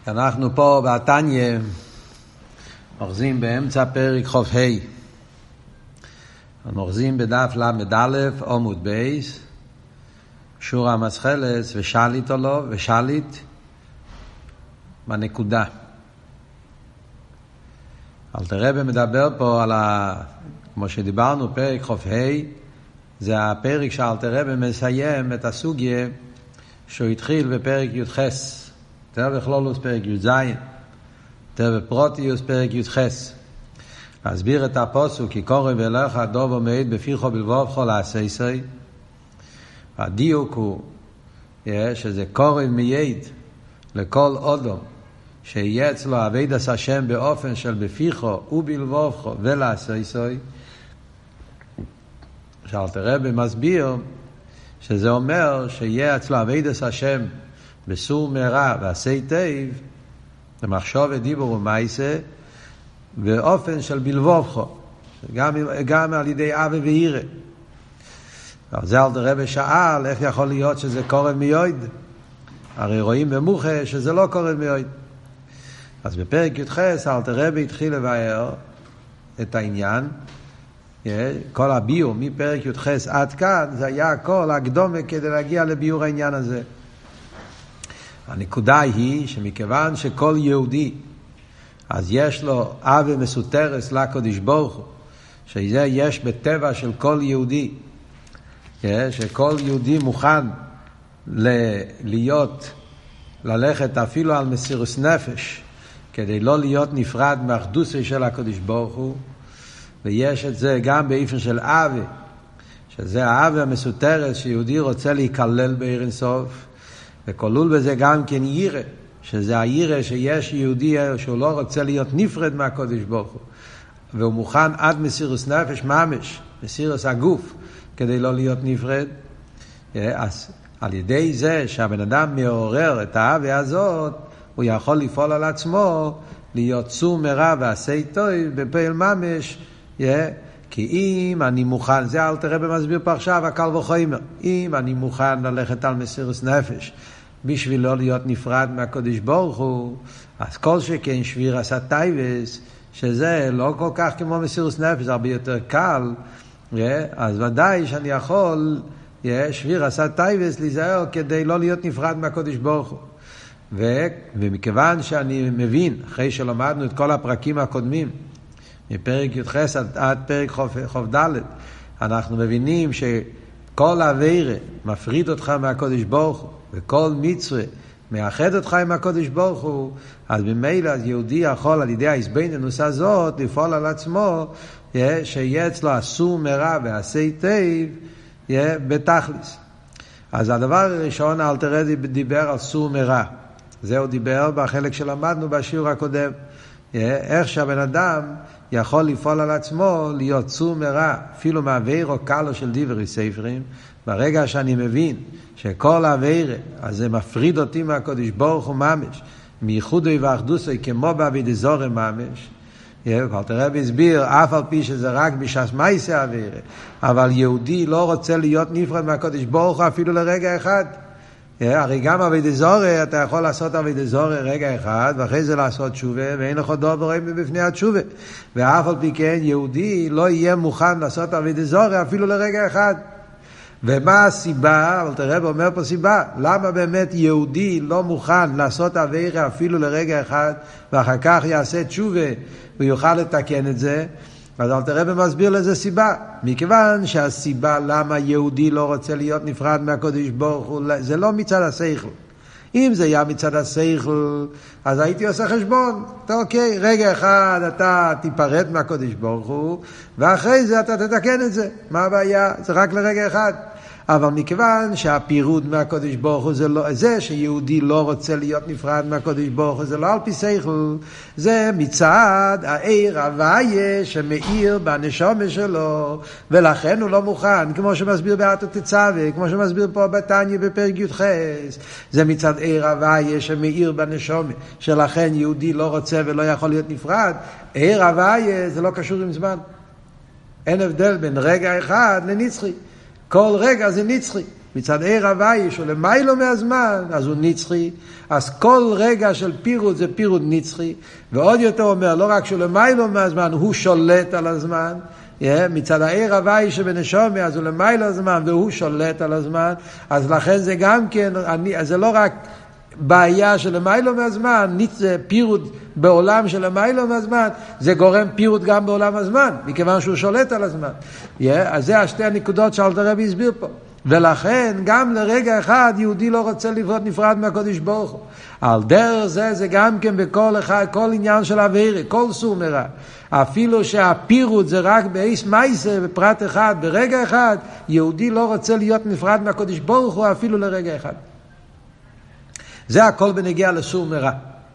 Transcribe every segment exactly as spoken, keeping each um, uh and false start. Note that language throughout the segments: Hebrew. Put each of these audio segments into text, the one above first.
אנחנו פה בתניא אוחזים באמצע פרק חוף ה'. אנחנו אוחזים בדף למד א' עמוד בייס, שורה המסחלס ושליט עולו ושליט בנקודה. אלתר רבי מדבר פה על ה... כמו שדיברנו, פרק חוף ה' זה הפרק שאלתר רבי מסיים את הסוגיה שהוא התחיל בפרק י"ח. יותר בכלולוס פרק י"ז, יותר בפרוטיוס פרק י"ח. להסביר את הפסוק, כי קורב אליך דובר מעיד בפיך בלבבך לעשייסי. הדיוק הוא שזה קורב מעיד לכל אדם שיהיה אצלו עבודת השם באופן של בפיך ובלבבך ולעשייסי. שאלתר רבי מסביר שזה אומר שיהיה אצלו עבודת השם בסור מרע ועשי טוב, למחשוב ודיבור ומעשה, באופן של בלבבך, גם, גם על ידי אהבה ויראה. על זה אלתר רבי שאל, איך יכול להיות שזה קורב מיועד? הרי רואים במוחה שזה לא קורב מיועד. אז בפרק י"ח אלתר רבי התחיל לבאר את העניין, כל הביור מפרק י"ח עד כאן, זה היה הכל הקדומה כדי להגיע לביור העניין הזה. הנקודה היא שמכיוון שכל יהודי אז יש לו אהבה מסותרת לקדוש ברוך הוא, שזה יש בטבע של כל יהודי, שכל יהודי מוכן להיות, ללכת אפילו על מסירות נפש כדי לא להיות נפרד מאחדות של הקדוש ברוך הוא, ויש את זה גם באופן של אהבה, שזה האהבה המסותרת שיהודי רוצה להיכלל בעיר אין סוף, וכלול בזה גם כן יראה, שזה היראה שיש יהודי שהוא לא רוצה להיות נפרד מהקדוש ברוך הוא, והוא מוכן עד מסירות נפש ממש, מסירות הגוף, כדי לא להיות נפרד. אז על ידי זה שהבן אדם מעורר את האהבה הזאת, הוא יכול לפעול על עצמו, להיות צור מרע ועשי טוב בפעיל ממש, כי אם אני מוכן, זה אלתר רבי מסביר פה עכשיו, הקל וחומר, אם אני מוכן ללכת על מסירות נפש, בשביל לא להיות נפרד מהקדוש ברוך הוא, אז כל שכן שביר עשה טייבס, שזה לא כל כך כמו מסירות נפש, הרבה יותר קל, אז ודאי שאני יכול, שביר עשה טייבס, להיזהר כדי לא להיות נפרד מהקדוש ברוך הוא. ו, ומכיוון שאני מבין, אחרי שלמדנו את כל הפרקים הקודמים, מפרק י"ח עד, עד פרק חוף, חוף ד', אנחנו מבינים שכל עבירה מפריד אותך מהקדוש ברוך הוא, וכל מצווה מאחד אותך עם הקדוש ברוך הוא, אז ממילא יהודי יכול על ידי ההסביננות הזאת לפעול על עצמו, שיהיה אצלו אסור מרע ועשי טוב בתכלס. אז הדבר הראשון, אלתר רבי דיבר על סור מרע. זהו דיבר בחלק שלמדנו בשיעור הקודם. איך שהבן אדם יכול לפעול על עצמו להיות סור מרע, אפילו מעבירו קלו של דברי ספרים. ברגע שאני מבין שכל העבירה, אז זה מפריד אותי מהקדוש ברוך הוא ממש, מייחודו ואחדותו כמו בעבודת זרה ממש. אלתר רבי הסביר, אף על פי שזה רק בשעת מעשה העבירה, אבל יהודי לא רוצה להיות נפרד מהקדוש ברוך הוא אפילו לרגע אחד. הרי גם עבודת זרה, אתה יכול לעשות עבודת זרה רגע אחד, ואחרי זה לעשות תשובה, ואין לך דבר בפני התשובה. ואף על פי כן יהודי לא יהיה מוכן לעשות עבודת זרה אפילו לרגע אחד. ומה הסיבה? אלתר רבי אומר פה סיבה, למה באמת יהודי לא מוכן לעשות עבירה אפילו לרגע אחד, ואחר כך יעשה תשובה ויוכל לתקן את זה. אז אלתר רבי מסביר לזה סיבה, מכיוון שהסיבה למה יהודי לא רוצה להיות נפרד מהקדוש ברוך הוא, זה לא מצד השכל. אם זה היה מצד השכל, אז הייתי עושה חשבון, אתה אוקיי, רגע אחד אתה תיפרד מהקדוש ברוך הוא, ואחרי זה אתה תתקן את זה. מה הבעיה? זה רק לרגע אחד. אבל מכיוון שהפירוד מהקדוש ברוך הוא, זה, לא, זה שיהודי לא רוצה להיות נפרד מהקדוש ברוך הוא, זה לא על פי שכל, זה מצד העיר הוויה שמאיר בנשמה שלו, ולכן הוא לא מוכן, כמו שמסביר באתו תצווה, כמו שמסביר פה בתניא בפרק י"ח, זה מצד עיר הוויה שמאיר בנשמה, שלכן יהודי לא רוצה ולא יכול להיות נפרד. עיר הוויה זה לא קשור עם זמן, אין הבדל בין רגע אחד לנצחי, כל רגע זה נצחי. מצד עיר הוואי שהוא למיילו מהזמן, אז הוא נצחי. אז כל רגע של פירוד זה פירוד נצחי. ועוד יותר אומר, לא רק שהוא למיילו מהזמן, הוא שולט על הזמן. Yeah, מצד העיר הוואי שבנשומי, אז הוא למיילו הזמן, והוא שולט על הזמן. אז לכן זה גם כן, אני, זה לא רק בעיה של למיילו מהזמן, זה פירוד בעולם של למיילו מהזמן, זה גורם פירוד גם בעולם הזמן, מכיוון שהוא שולט על הזמן. Yeah, אז זה השתי הנקודות שאלתר רבי הסביר פה. ולכן גם לרגע אחד יהודי לא רוצה להיות נפרד מהקדוש ברוך הוא. על דרך זה זה גם כן בכל אחד, כל עניין של עבירה, כל סור מרע. אפילו שהפירוד זה רק באיס מייסה, בפרט אחד, ברגע אחד, יהודי לא רוצה להיות נפרד מהקדוש ברוך הוא אפילו לרגע אחד. זה הכל בנגיע לסור מרע.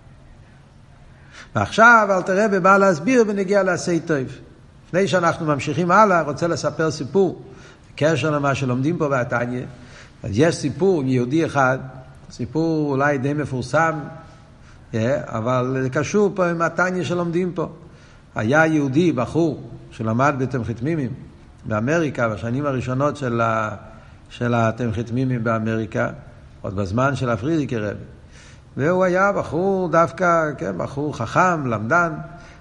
ועכשיו אלתר רבי בא להסביר בנגיע לעשי טוב. לפני שאנחנו ממשיכים הלאה, רוצה לספר סיפור. בקשר למה שלומדים פה בתניא, אז יש סיפור עם יהודי אחד, סיפור אולי די מפורסם, אבל זה קשור פה עם התניא שלומדים פה. היה יהודי, בחור, שלמד בתמחית מימים באמריקה, בשנים הראשונות של, ה, של התמחית מימים באמריקה, עוד בזמן של הפרידיקי רבי. והוא היה בחור דווקא, כן, בחור חכם, למדן,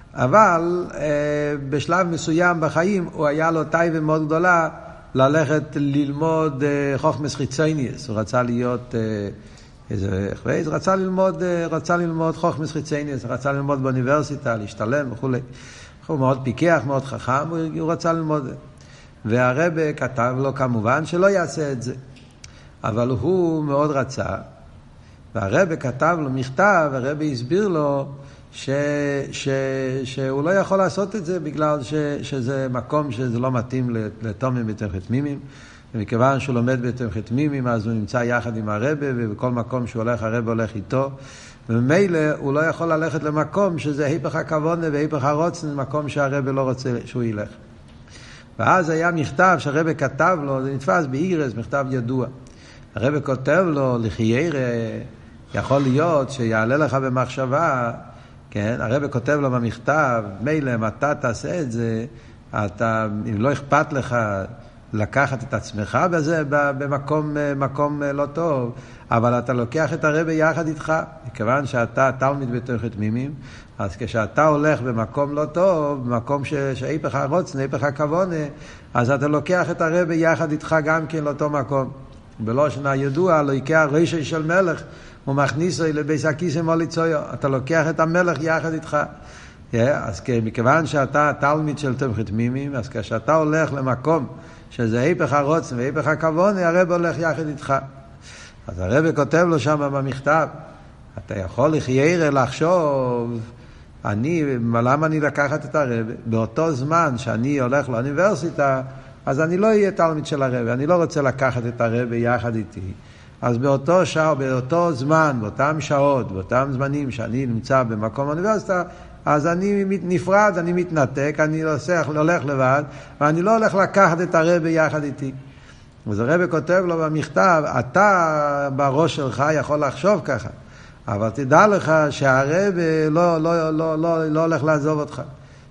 אבל אה, בשלב מסוים בחיים הוא היה לו טייבה מאוד גדולה, ללכת ללמוד חוכמס חיצייניס. הוא רצה להיות איזה חווייז, רצה ללמוד רצה ללמוד חוכמס חיצייניס, רצה ללמוד באוניברסיטה, להשתלם וכו'. הוא מאוד פיקח, מאוד חכם, הוא רצה ללמוד. והרב כתב לו כמובן שלא יעשה את זה, אבל הוא מאוד רצה, והרב כתב לו מכתב, והרב הסביר לו ש, ש, שהוא לא יכול לעשות את זה בגלל ש, שזה מקום שזה לא מתאים לתומים בתמחית מימים, ומכיוון שהוא לומד בתמחית מימים אז הוא נמצא יחד עם הרבי, ובכל מקום שהוא הולך הרבי הולך איתו, וממילא הוא לא יכול ללכת למקום שזה היפך הכוונה והיפך הרוצן, מקום שהרבי לא רוצה שהוא ילך. ואז היה מכתב שהרבי כתב לו, זה נתפס באיגרס, מכתב ידוע. הרבי כותב לו, לחיירה, יכול להיות שיעלה לך במחשבה, כן, הרב כותב לו במכתב, מילא אם אתה תעשה את זה, אתה, אם לא אכפת לך לקחת את עצמך בזה, במקום מקום לא טוב, אבל אתה לוקח את הרב יחד איתך, מכיוון שאתה תלמיד בתמחית מימים, אז כשאתה הולך במקום לא טוב, במקום שהיפך הרוצן, היפך הכוונה, אז אתה לוקח את הרב יחד איתך גם כן לאותו מקום. בלושן הידוע, לא יקח רישי של מלך, הוא מכניס לבייס הכיסא מוליצויו, אתה לוקח את המלך יחד איתך. אז מכיוון שאתה תלמיד של תמחית מימים, אז כשאתה הולך למקום שזה היפך הרוצן והיפך הכוונה, הרב הולך יחד איתך. אז הרב כותב לו שם במכתב, אתה יכול לחיירה לחשוב, אני, למה אני לקחת את הרב? באותו זמן שאני הולך לאוניברסיטה, אז אני לא אהיה תלמיד של הרב, אני לא רוצה לקחת את הרב יחד איתי. אז באותו שעה, באותו זמן, באותם שעות, באותם זמנים שאני נמצא במקום האוניברסיטה, אז אני נפרד, אני מתנתק, אני הולך לבד, ואני לא הולך לקחת את הרב יחד איתי. אז הרב כותב לו במכתב, אתה בראש שלך יכול לחשוב ככה, אבל תדע לך שהרב לא, לא, לא, לא, לא הולך לעזוב אותך.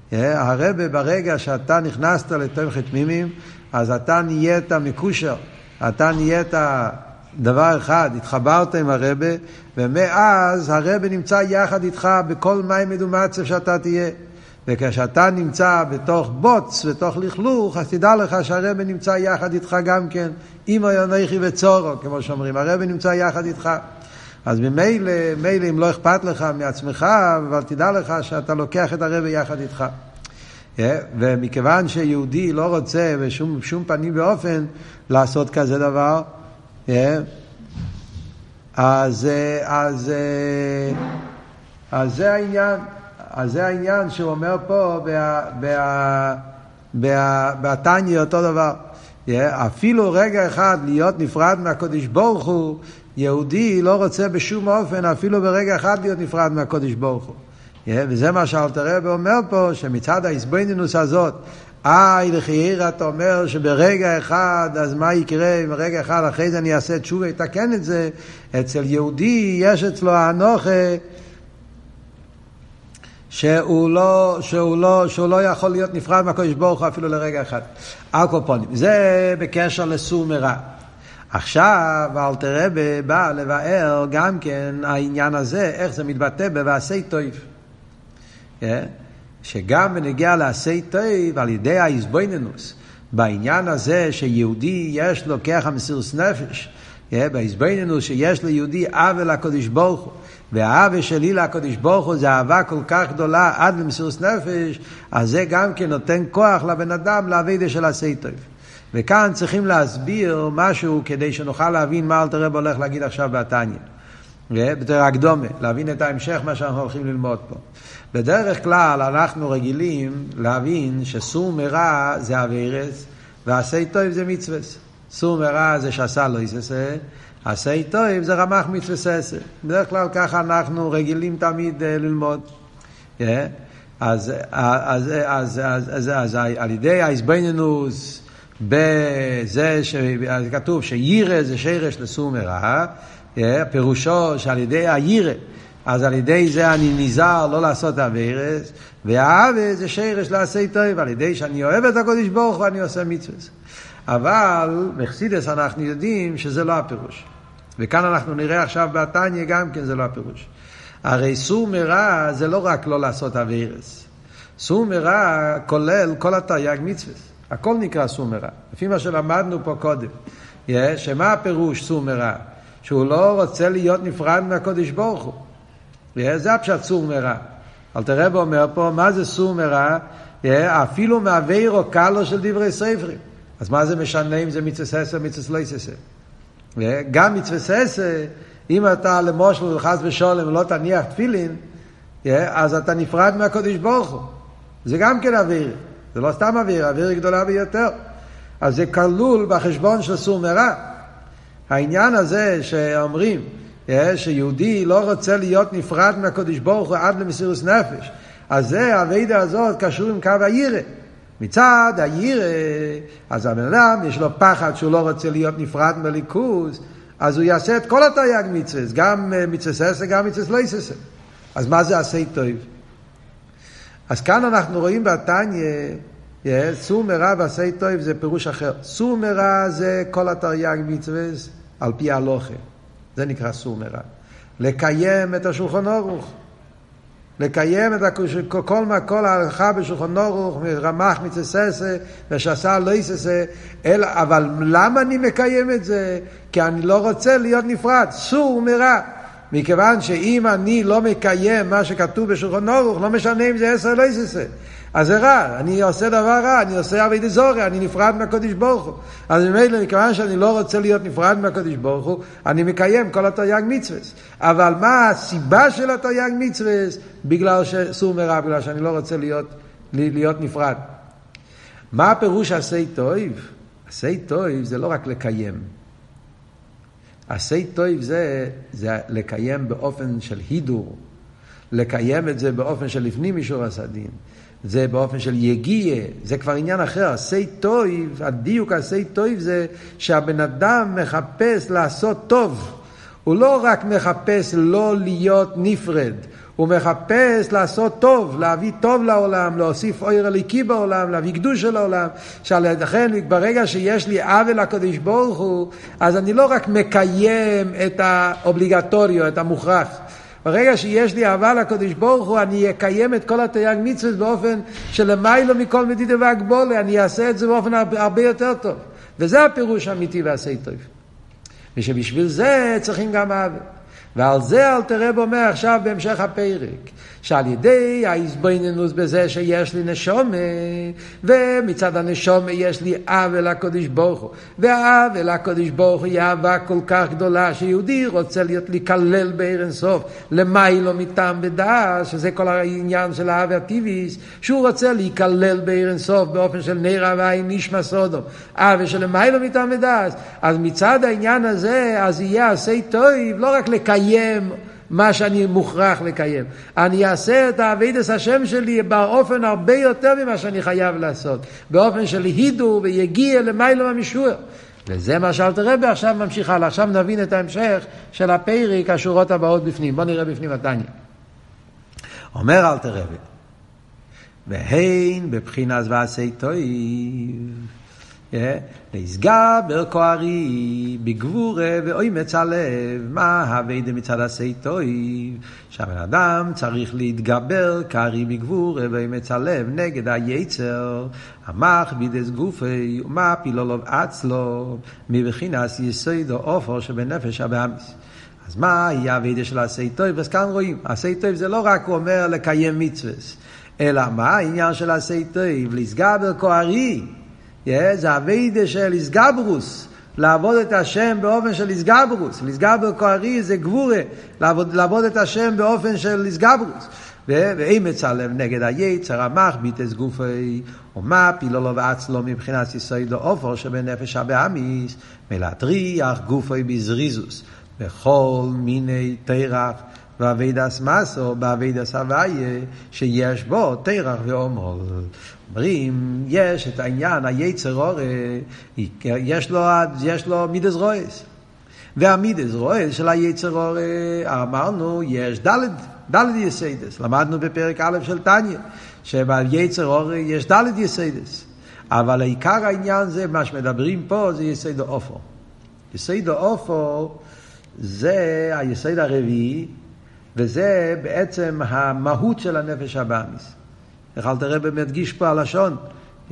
הרב ברגע שאתה נכנסת לתמחית מימים, אז אתה נהיית מקושר, אתה נהיית דבר אחד, התחברת עם הרב, ומאז הרב נמצא יחד איתך בכל מים מדומצב שאתה תהיה. וכשאתה נמצא בתוך בוץ, בתוך לכלוך, אז תדע לך שהרב נמצא יחד איתך גם כן, אמא יונייכי וצורו, כמו שאומרים, הרב נמצא יחד איתך. אז במילא, מילא אם לא אכפת לך מעצמך, אבל תדע לך שאתה לוקח את הרב יחד איתך. ומכיוון שיהודי לא רוצה בשום שום פנים באופן לעשות כזה דבר, אז, אז, אז זה העניין, אז זה העניין שהוא אומר פה בתניא אותו דבר. אפילו רגע אחד להיות נפרד מהקדוש ברוך הוא, יהודי לא רוצה בשום אופן אפילו ברגע אחד להיות נפרד מהקדוש ברוך הוא. וזה מה שאלתר רבי אומר פה, שמצד ההסבינינוס הזאת, איי לחיירה, אתה אומר שברגע אחד, אז מה יקרה אם רגע אחד אחרי זה אני אעשה תשובה, יתקן את זה. אצל יהודי יש אצלו האנוכה שהוא לא, שהוא לא, שהוא לא יכול להיות נפרד מהקדוש ברוך הוא אפילו לרגע אחד. הקופונים, זה בקשר לסור מרע. עכשיו אלתר רבי בא לבאר גם כן העניין הזה, איך זה מתבטא ב"ועשה טוב". שגם בנגיע לעשה טוב, על ידי ההסבוננוס, בעניין הזה שיהודי יש לו כוח המסירות נפש, בהסבוננוס שיש ליהודי אהבה לקדוש ברוך הוא, והאהבה שלי לקדוש ברוך הוא זה אהבה כל כך גדולה עד למסירות נפש, אז זה גם כן נותן כוח לבן אדם לעבודה של עשה טוב. וכאן צריכים להסביר משהו כדי שנוכל להבין מה אלתר רבי הולך להגיד עכשיו בתניא. בתור הקדומה, להבין את ההמשך מה שאנחנו הולכים ללמוד פה. בדרך כלל אנחנו רגילים להבין שסור מרע זה עבירס ועשה טוב זה מצווה. סור מרע זה שעשה לא יססה, עשה טוב זה רמח מצווה ססה. בדרך כלל ככה אנחנו רגילים תמיד ללמוד. אז, אז, אז, אז, אז, אז על ידי ההסבוננוס בזה שכתוב שירא זה שרש לסור מרע, פירושו שעל ידי הירא, אז על ידי זה אני נזהר לא לעשות עבירס, והאהבה זה שרש לעשה טוב, על ידי שאני אוהב את הקדוש ברוך הוא ואני עושה מצוות. אבל בחסידות אנחנו יודעים שזה לא הפירוש. וכאן אנחנו נראה עכשיו בתניא גם כן זה לא הפירוש. הרי סור מרע זה לא רק לא לעשות עבירס. סור מרע כולל כל התרי"ג מצוות. הכל נקרא סור מרע. לפי מה שלמדנו פה קודם. שמה הפירוש סור מרע? שהוא לא רוצה להיות נפרד מהקדוש ברוך הוא. זה הפשט סור מרע. אלתר רבי אומר פה, מה זה סור מרע? אפילו מעבירו קלו של דברי ספרים. אז מה זה משנה אם זה מצווה ססה או מצווה לא ססה? גם מצווה ססה, אם אתה למושל וחס ושולם לא תניח תפילין, אז אתה נפרד מהקדוש ברוך הוא. זה גם כן אוויר. זה לא סתם אוויר, אוויר גדולה ביותר. אז זה כלול בחשבון של סור מרע. העניין הזה שאומרים שיהודי לא רוצה להיות נפרד מהקדוש ברוך הוא עד למסירות נפש, אז זה העבודה הזאת קשור עם קו הירא. מצד הירא, אז הבן אדם יש לו פחד שהוא לא רוצה להיות נפרד מהליכוז, אז הוא יעשה את כל התרי"ג מצוות, גם מצווה ססה, גם מצווה לא ססה. אז מה זה עשה טוב? אז כאן אנחנו רואים בתניא, סור מרע ועשה טוב זה פירוש אחר. סור מרע זה כל התרי"ג מצוות על פי ההלכה. זה נקרא סור מרע. לקיים את השולחן ערוך. לקיים את כל מה, כל ההלכה בשולחן ערוך, רמ"ח מצווה ססה ושעשה לא ססה, אבל למה אני מקיים את זה? כי אני לא רוצה להיות נפרד. סור מרע. מכיוון שאם אני לא מקיים מה שכתוב בשולחן ערוך, לא משנה אם זה עשר לא ססה. אז זה רע, אני עושה דבר רע, אני עושה עבודת זרה, אני נפרד מהקדוש ברוך הוא. אז ממילא, מכיוון שאני לא רוצה להיות נפרד מהקדוש ברוך הוא, אני מקיים כל התרי"ג מצוות. אבל מה הסיבה של התרי"ג מצוות? בגלל שסור מרע, בגלל שאני לא רוצה להיות, להיות נפרד. מה הפירוש עשה טוב? עשה טוב זה לא רק לקיים. עשה טוב זה, זה לקיים באופן של הידור. לקיים את זה באופן של לפנים משורת הדין. זה באופן של יגיע, זה כבר עניין אחר. עשה טוב, הדיוק עשה טוב זה שהבן אדם מחפש לעשות טוב. הוא לא רק מחפש לא להיות נפרד, הוא מחפש לעשות טוב, להביא טוב לעולם, להוסיף אור אלוקי בעולם, להביא קדוש לעולם. שלכן ברגע שיש לי עוול לקדוש ברוך הוא, אז אני לא רק מקיים את האובליגטוריו, את המוכרח. ברגע שיש לי אהבה לקדוש ברוך הוא, אני אקיים את כל התרי"ג מצוות באופן שלמיילו מכל מדידה והגבולה, אני אעשה את זה באופן הרבה יותר טוב. וזה הפירוש האמיתי ועשה טוב. ושבשביל זה צריכים גם אהבה. ועל זה אלתר רבי אומר עכשיו בהמשך הפרק, שעל ידי ההסבוננוס בזה שיש לי נשמה, ומצד הנשמה יש לי אהבה לקדוש ברוך הוא, והאהבה לקדוש ברוך הוא היא אהבה כל כך גדולה שיהודי רוצה להיות להיכלל בעיר אין סוף, למיילו מטעם ודעת, שזה כל העניין של האהבה הטבעית, שהוא רוצה להיכלל בעיר אין סוף באופן של נר הווי נשמע סודום, אהבה של למיילו מטעם ודעת. אז מצד העניין הזה, אז יהיה עשה טוב לא רק לקיים מה שאני מוכרח לקיים, אני אעשה את עבודת השם שלי באופן הרבה יותר ממה שאני חייב לעשות, באופן של הידור ויגיע למיילו המשוער. וזה מה שאלתר רבי עכשיו ממשיך הלאה. עכשיו נבין את ההמשך של הפרק, השורות הבאות בפנים. בוא נראה בפנים התניא. אומר אלתר רבי, והן בבחינת ועשה טוב, להסגבר כוארי בגבורה ואומץ הלב. מה הווידה מצד עשי טוב? שהבן אדם צריך להתגבר כארי בגבורה ואומץ הלב נגד היצר המכביד את גופי ומפיל עליו עצלו מבחינת יסוד האופו שבנפש הבאמיס. אז מה היא הווידה של עשי טוב? אז כאן רואים, עשי טוב זה לא רק הוא אומר לקיים מצוות, אלא מה העניין של עשי טוב? להסגבר כוארי, זה הווידה של הסגברוס, לעבוד את השם באופן של הסגברוס. להסגבר כוארי זה גבורה, לעבוד, לעבוד את השם באופן של הסגברוס. ואומץ הלב נגד היצר המכביד את גופי ומפיל עליו עצמו מבחינת יסוד האופו שבנפש הבאמיס, מלהטריח גופי בזריזוס בכל מיני תרח ועבודת מסו, בעבודת הוויה שיש בו תרח ועמול. אומרים, יש את העניין, היצר אור, יש לו, יש לו מידס רויס. והמידס רויס של היצר אור, אמרנו, יש דלת, דלת יסיידס. למדנו בפרק א' של תניה, שביצר אור יש דלת יסיידס. אבל העיקר העניין זה, מה שמדברים פה, זה יסייד האופו. יסייד האופו זה היסייד הרביעי, וזה בעצם המהות של הנפש הבאמיס. איך אל תראה במדגיש פה הלשון, yeah.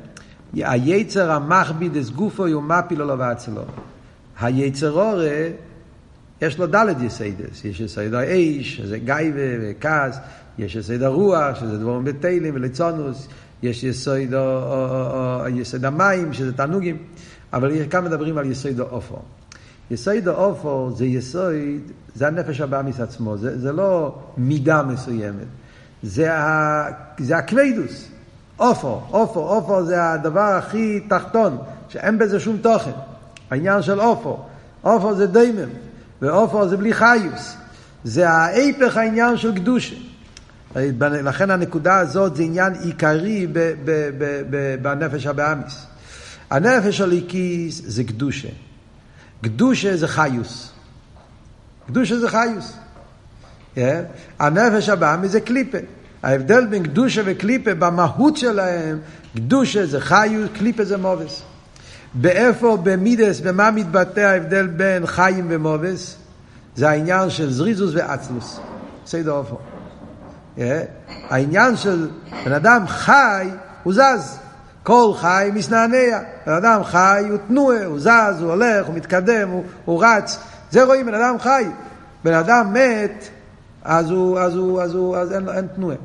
היצר המכביד את גופו ומפיל עליו עצמו. היצר אור יש לו דלת יסיידס, יש יסייד האש, שזה גייבה וכעס, יש יסייד הרוח, שזה דבורים בטלים ולצונוס, יש יסייד, יסייד המים, שזה תענוגים, אבל כאן מדברים על יסייד האופו. יסייד האופו זה יסייד, זה הנפש הבאמיס עצמו, זה, זה לא מידה מסוימת, זה, ה, זה הכבדוס, אופו, אופו, אופו זה הדבר הכי תחתון, שאין בזה שום תוכן, העניין של אופו, אופו זה דיימם, ואופו זה בלי חיוס, זה ההיפך העניין של קדושה. לכן הנקודה הזאת זה עניין עיקרי ב, ב, ב, ב, בנפש הבאמיס. הנפש הליקיס זה קדושה, קדושה זה חיוס, קדושה זה חיוס. Yeah. הנפש הבאמיס זה קליפה. ההבדל בין קדושה וקליפה במהות שלהם, קדושה זה חיוס, קליפה זה מובס. באיפה, במידס, במה מתבטא ההבדל בין חיים ומובס? זה העניין של זריזוס ועצלוס. סייד אופו. Yeah. העניין של בן אדם חי, הוא זז. כל חי מסנענע. בן אדם חי הוא תנועה, הוא זז, הוא הולך, הוא מתקדם, הוא, הוא רץ. זה רואים, בן אדם חי. בן אדם מת, אז הוא, אז הוא, אז הוא, אז אין, אין תנועה.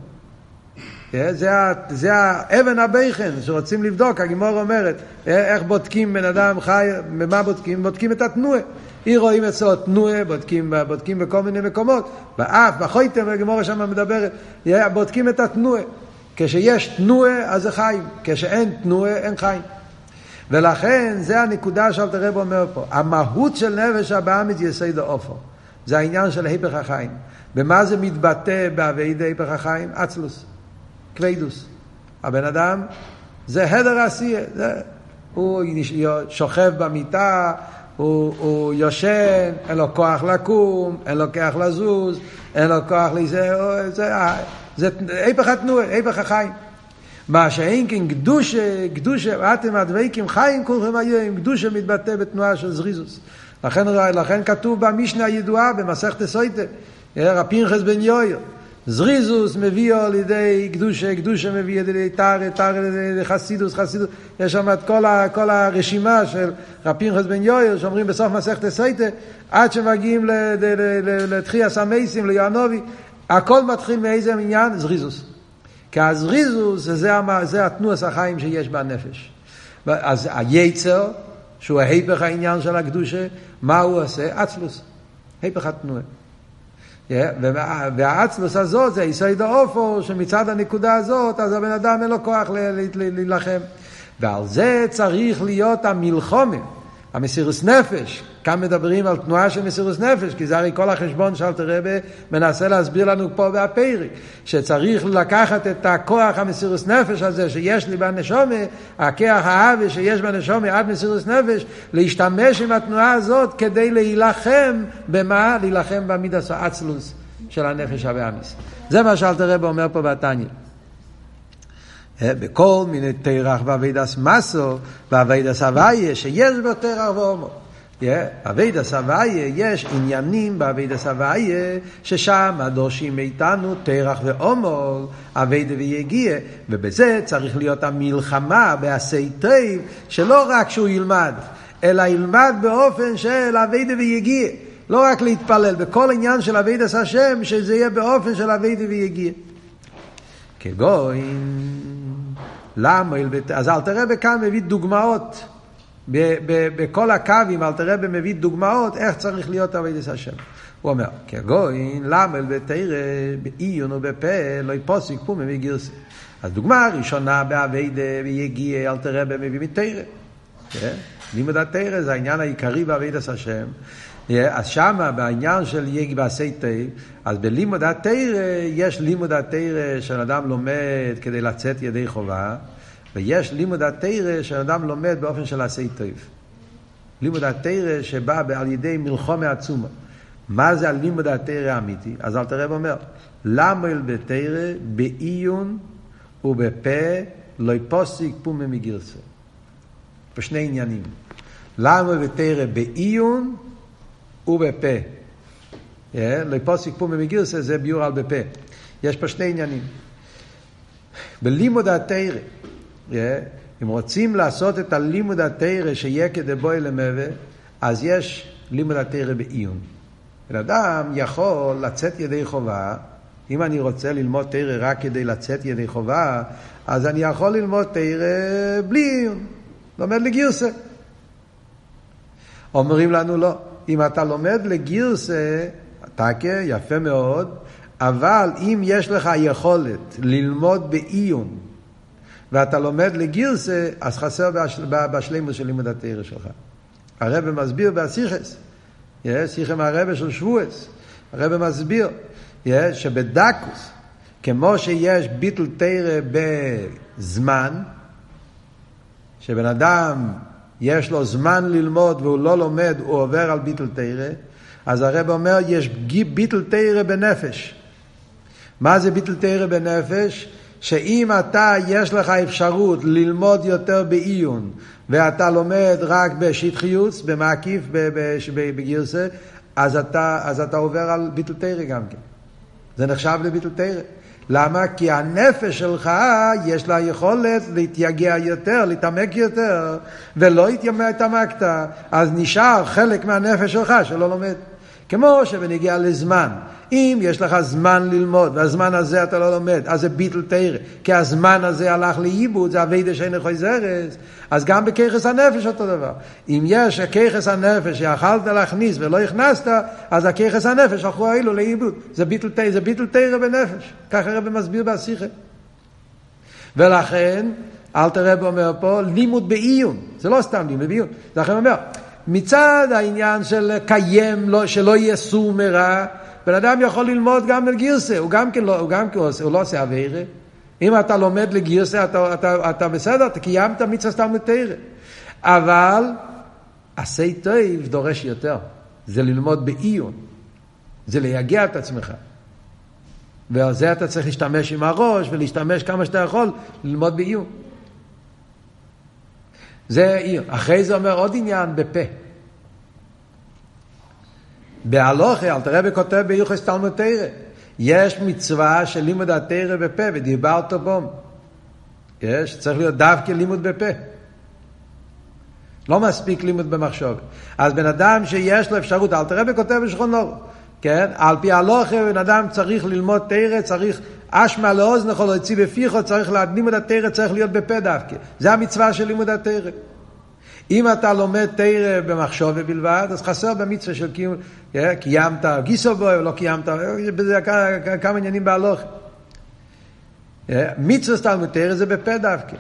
זה, זה האבן הבכן שרוצים לבדוק. הגימור אומרת, איך בודקים בן אדם חי, במה בודקים? בודקים את התנועה. אי רואים אצלו תנועה, בודקים, בודקים בכל מיני מקומות. באף, בחויתם, הגימור שם מדברת, בודקים את התנועה. כשיש תנועה, אז זה חיים. כשאין תנועה, אין חיים. ולכן, זה הנקודה שאלת הרב אומר פה. המהות של נפש הבאמיס יסייד האופו. זה העניין של היפך החיים. במה זה מתבטא בעבודת היפך החיים? עצלוס, כבדוס. הבן אדם זה הדר עשייה. זה, הוא שוכב במיטה, הוא, הוא יושן, אין לו כוח לקום, אין לו כוח לזוז, אין לו כוח לזה, זה, זה, זה היפך התנועה, היפך החיים. מה שאין כן קדושה, קדושה, אתם הדבקים חיים כולכם היום, קדושה מתבטא בתנועה של זריזוס. לכן, לכן כתוב במשנה הידועה, במסכת סוטה, רב פנחס בן יויר, זריזוס מביא על ידי קדושה, קדושה מביא על ידי תארה, תארה על ידי חסידוס, חסידוס. יש שם את כל, ה, כל הרשימה של רב פנחס בן יויר, שאומרים בסוף מסכת סוטה, עד שמגיעים לתחייה סמייסים, ליוענובי, הכל מתחיל מאיזה עניין? זריזוס. כי הזריזוס זה, זה התנועת החיים שיש בנפש. אז היצר, שהוא ההיפך העניין של הקדושה, מה הוא עושה? עצלוס. היפך התנועה. Yeah, והעצלוס הזאת זה יסוד האופו, שמצד הנקודה הזאת, אז הבן אדם אין לו כוח להילחם. ועל זה צריך להיות המלחמה, המסירות נפש. כאן מדברים על תנועה של מסירות נפש, כי זה הרי כל החשבון שאלת רבי מנסה להסביר לנו פה בפרק, שצריך לקחת את הכוח המסירות נפש הזה שיש לי בנשמה, הכוח האהבה שיש בנשמה עד מסירות נפש, להשתמש עם התנועה הזאת כדי להילחם במה? להילחם במידס העצלוס של הנפש הבאמיס. זה מה שאלת רבי אומר פה בתניא. בכל מיני תרח ועבודת מסו ועבודת הוויה שיש בו תרח ואומות. עבודת הוויה, יש עניינים בעבודת הוויה ששם דורשים מאיתנו תרח ואומות, עבודה ויגיע, ובזה צריך להיות המלחמה בעשי טוב, שלא רק שהוא ילמד, אלא ילמד באופן של עבודה ויגיע, לא רק להתפלל, בכל עניין של עבודת השם, שזה יהיה באופן של עבודה ויגיע. כגון, למה? אז אל תראה בכאן מביא דוגמאות, בכל הקווים אל תראה במביא דוגמאות איך צריך להיות עבודת השם. הוא אומר, כגון, למה בתורה בעיון ובפה לא יפוסק פה מביא גרסה. אז דוגמה ראשונה בעבודה ויגיע אל תראה במביא מתורה. לימוד התורה זה העניין העיקרי בעבודת השם. אז שמה בעניין של יגיע בעשי טוב, אז בלימוד התורה יש לימוד התורה שאדם לומד כדי לצאת ידי חובה, ויש לימוד התורה שאדם לומד באופן של עשי טוב. לימוד התורה שבא על ידי מלחמה עצומה. מה זה הלימוד התורה האמיתי? אז אל תראה ואומר, למל בתורה בעיון ובפה לא יפוסק פומה מגרסה. פה שני עניינים. למל בתורה בעיון ובפה. לא יפוסק פומה מגרסה זה ביור על בפה. יש פה שני עניינים. בלימוד התורה, אם רוצים לעשות את הלימוד התורה שיהיה כדי בוי למווה, אז יש לימוד התורה בעיון. בן אדם יכול לצאת ידי חובה. אם אני רוצה ללמוד תורה רק כדי לצאת ידי חובה, אז אני יכול ללמוד תורה בלי עיון, לומד לגירסה. אומרים לנו לא, אם אתה לומד לגירסה, תקה, יפה מאוד, אבל אם יש לך יכולת ללמוד בעיון, ואתה לומד לגירסה, אז חסר בשלימות של לימוד התורה שלך. הרב מסביר בשיחס, שיחה מהרב של שבועס, הרב מסביר שבדקוס, כמו שיש ביטל תורה בזמן, שבן אדם יש לו זמן ללמוד והוא לא לומד, הוא עובר על ביטל תורה, אז הרב אומר יש ביטל תורה בנפש. מה זה ביטל תורה בנפש? שאם אתה יש לך אפשרות ללמוד יותר בעיון, ואתה לומד רק בשטחיות, במעקיף, בגירסה, אז אתה, אז אתה עובר על ביטל תורה גם כן. זה נחשב לביטל תורה. למה? כי הנפש שלך יש לה יכולת להתייגע יותר, להתעמק יותר, ולא התעמקת, אז נשאר חלק מהנפש שלך שלא לומד. כמו שבנגיע לזמן, אם יש לך זמן ללמוד, והזמן הזה אתה לא לומד, אז זה ביטל תורה, כי הזמן הזה הלך לאיבוד, זה עבודה שאין חוזרת, אז גם בכיחס הנפש אותו דבר. אם יש כיחס הנפש שיכלת להכניס ולא הכנסת, אז הכיחס הנפש הלכו אילו לאיבוד. זה ביטל תורה, זה ביטל תורה בנפש. ככה הרב מסביר בשיחה. ולכן, אל תראה אומר פה, לימוד בעיון. זה לא סתם לימוד בעיון. לכן אומר, מצד העניין של קיים, לא, שלא יהיה סור מרע, בן אדם יכול ללמוד גם לגירסה, הוא גם כן לא, הוא גם כן עושה, הוא לא עושה עבירה. אם אתה לומד לגירסה, אתה, אתה, אתה בסדר, אתה קיימת מצווה סתם לתורה. אבל, עשי טוב דורש יותר. זה ללמוד בעיון. זה להגיע את עצמך. ועל זה אתה צריך להשתמש עם הראש, ולהשתמש כמה שאתה יכול, ללמוד בעיון. זה עיון. אחרי זה אומר עוד עניין בפה. בהלוכה, אל תראה בכותב ביוחס תלמוד תורה. יש מצווה של לימוד התורה בפה, ודיברת בו. יש, צריך להיות דווקא לימוד בפה. לא מספיק לימוד במחשוב. אז בן אדם שיש לו אפשרות, אל תראה בכותב בשכון אור. כן? על פי ההלוכה, בן אדם צריך ללמוד תורה, צריך אשמה לאוזנך, לא יציא בפיך, צריך לימוד התורה, צריך להיות בפה דווקא. זה המצווה של לימוד התורה. אם אתה לומד תורה במחשוב בלבד, אז חסר במצווה של קיום, קיימת, גיסו בו, או לא קיימת, בזה כמה עניינים בהלוך. מצווה תלמוד תורה זה בפה דווקא.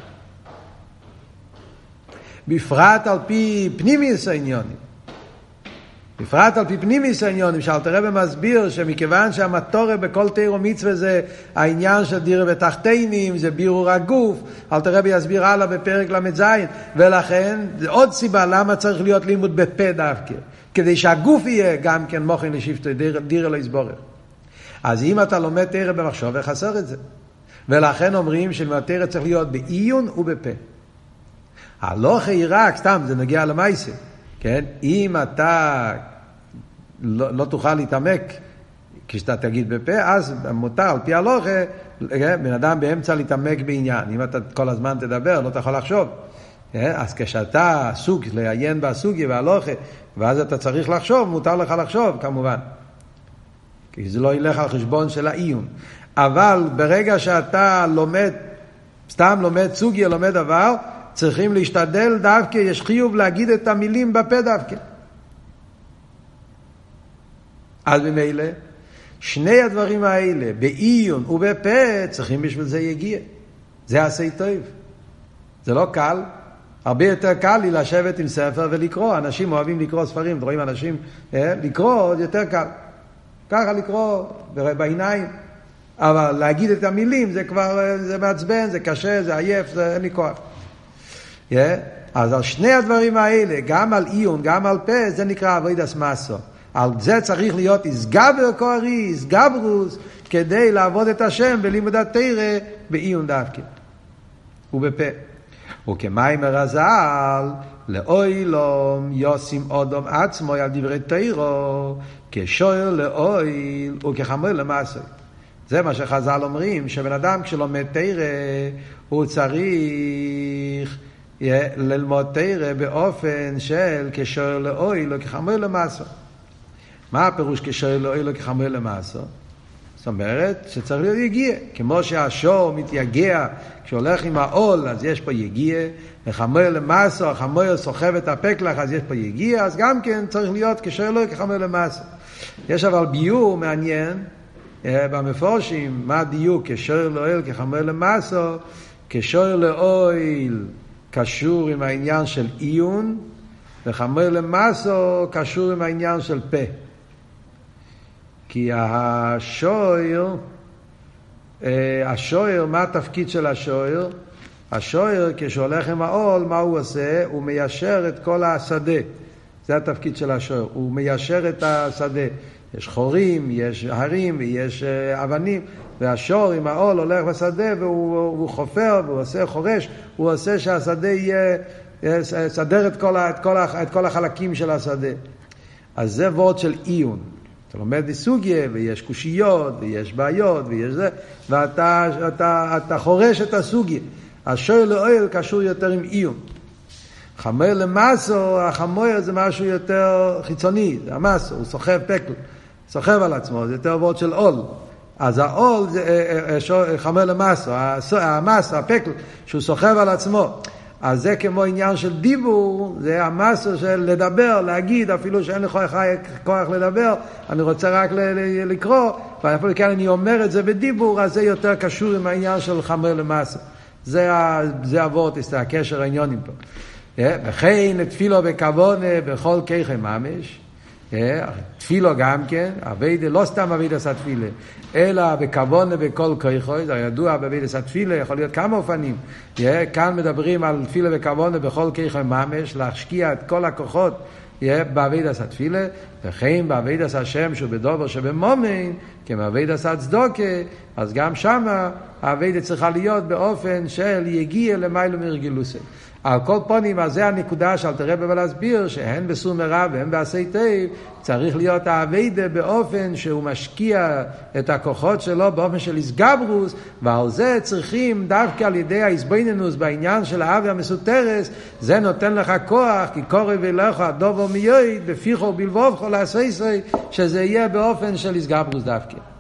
בפרט על פי פנימיוס העניונים. בפרט על פי פנימיוס העניונים, שאל תראה ומסביר שמכיוון שהמטורה בכל תורה ומצווה זה העניין של דירה ותחתינים, זה בירור הגוף, אל תראה ויסביר הלאה בפרק למד זין, ולכן זה עוד סיבה למה צריך להיות לימוד בפה דווקא, כדי שהגוף יהיה גם כן מוכן לשפטו, דירה לא יסבורך. אז אם אתה לומד תורה במחשוב, חסר את זה. ולכן אומרים שלמטרה צריך להיות בעיון ובפה. הלוכה היא רק, סתם, זה נגיע למעשה, כן? אם אתה לא, לא תוכל להתעמק כשאתה תגיד בפה, אז מותר על פי הלוכה, בן אדם באמצע להתעמק בעניין. אם אתה כל הזמן תדבר, לא תוכל לחשוב. אז כשאתה עסוק, לעיין בסוגיה והלוכה, ואז אתה צריך לחשוב, מותר לך לחשוב, כמובן. כי זה לא ילך על חשבון של העיון. אבל ברגע שאתה לומד, סתם לומד סוגיה, לומד דבר, צריכים להשתדל דווקא, יש חיוב להגיד את המילים בפה דווקא. אז במילא, שני הדברים האלה, בעיון ובפה, צריכים בשביל זה יגיע. זה עשה טוב. זה לא קל. הרבה יותר קל לי לשבת עם ספר ולקרוא. אנשים אוהבים לקרוא ספרים, אתם רואים אנשים, אה, לקרוא יותר קל. ככה לקרוא בעיניים. אבל להגיד את המילים זה כבר, זה מעצבן, זה קשה, זה עייף, זה אין לי כוח. Yeah? אז על שני הדברים האלה, גם על עיון, גם על פה, זה נקרא עבודת מעשה. על זה צריך להיות איסגבר קוהרי, איסגברוס, כדי לעבוד את השם בלימוד התורה בעיון דווקא. ובפה. וכמיימר הז"ל, לאוילום יושים אודום עצמו על דברי תורה, כשוער לאויל וכחמור למעשה. זה מה שחז"ל אומרים, שבן אדם כשלומד תורה, הוא צריך ללמוד תורה באופן של כשוער לאויל וכחמור למעשה. מה הפירוש כשוער לאויל וכחמור למעשה? זאת אומרת שצריך להיות יגיע. כמו שהשור מתייגע כשהולך עם העול, אז יש פה יגיע. וחמור למעשה, החמור סוחב את הפקלח, אז יש פה יגיע. אז גם כן צריך להיות כשוער לאויל וכחמור למעשה. יש אבל ביור מעניין במפורשים, מה דיוק כשוער לאויל כחמור למעשה. כשוער לאויל קשור עם העניין של עיון, וחמור למעשה קשור עם העניין של פה. כי השוער, השוער, מה התפקיד של השוער? השוער כשהולך עם העול, מה הוא עושה? הוא מיישר את כל השדה. זה התפקיד של השוער, הוא מיישר את השדה. יש חורים, יש הרים, יש אבנים, והשור עם העול הולך בשדה והוא הוא חופר והוא עושה חורש, הוא עושה שהשדה יהיה, יסדר את כל, את כל, את כל החלקים של השדה. אז זה וורד של עיון. אתה לומד בסוגיה ויש קושיות ויש בעיות ויש זה, ואתה אתה, אתה חורש את הסוגיה. השור לאויל קשור יותר עם עיון. חמור למעשה, החמור זה משהו יותר חיצוני, זה המעשה, הוא סוחב פקל, סוחב על עצמו, זה יותר וורד של עול. אז העול זה חמור למעשה, המעשה, הפקל, שהוא סוחב על עצמו. אז זה כמו עניין של דיבור, זה המעשה של לדבר, להגיד, אפילו שאין לך כוח לדבר, אני רוצה רק לקרוא, ואפילו כאן אני אומר את זה בדיבור, אז זה יותר קשור עם העניין של חמור למעשה. זה הוורד, זה הקשר העניונים פה. וכן תפילו בכוונה בכל כיחי ממש, תפילו גם כן, עבודה, לא סתם עבודה התפילה, אלא בכוונה בכל כיחי, זה ידוע בעבודה התפילה, יכול להיות כמה אופנים. כאן מדברים על תפילה בכוונה בכל כיחי ממש, להשקיע את כל הכוחות בעבודה התפילה, וכן בעבודה השם שהוא בדובר שבמומן, כמעבודה הצדוקה, אז גם שמה העבודה צריכה להיות באופן של יגיע למיילו מרגילוסי. על כל פונים, אז זה הנקודה שאל תראה ולהסביר, שהן בסור מרע והן בעשי טוב, צריך להיות העבודה באופן שהוא משקיע את הכוחות שלו באופן של איסגברוס, ועל זה צריכים דווקא על ידי האיסבוינינוס בעניין של האהבה המסותרס, זה נותן לך כוח, כי קורא ולך דובר מיועד, בפיחו בלבובך לעשי, שזה יהיה באופן של איסגברוס דווקא.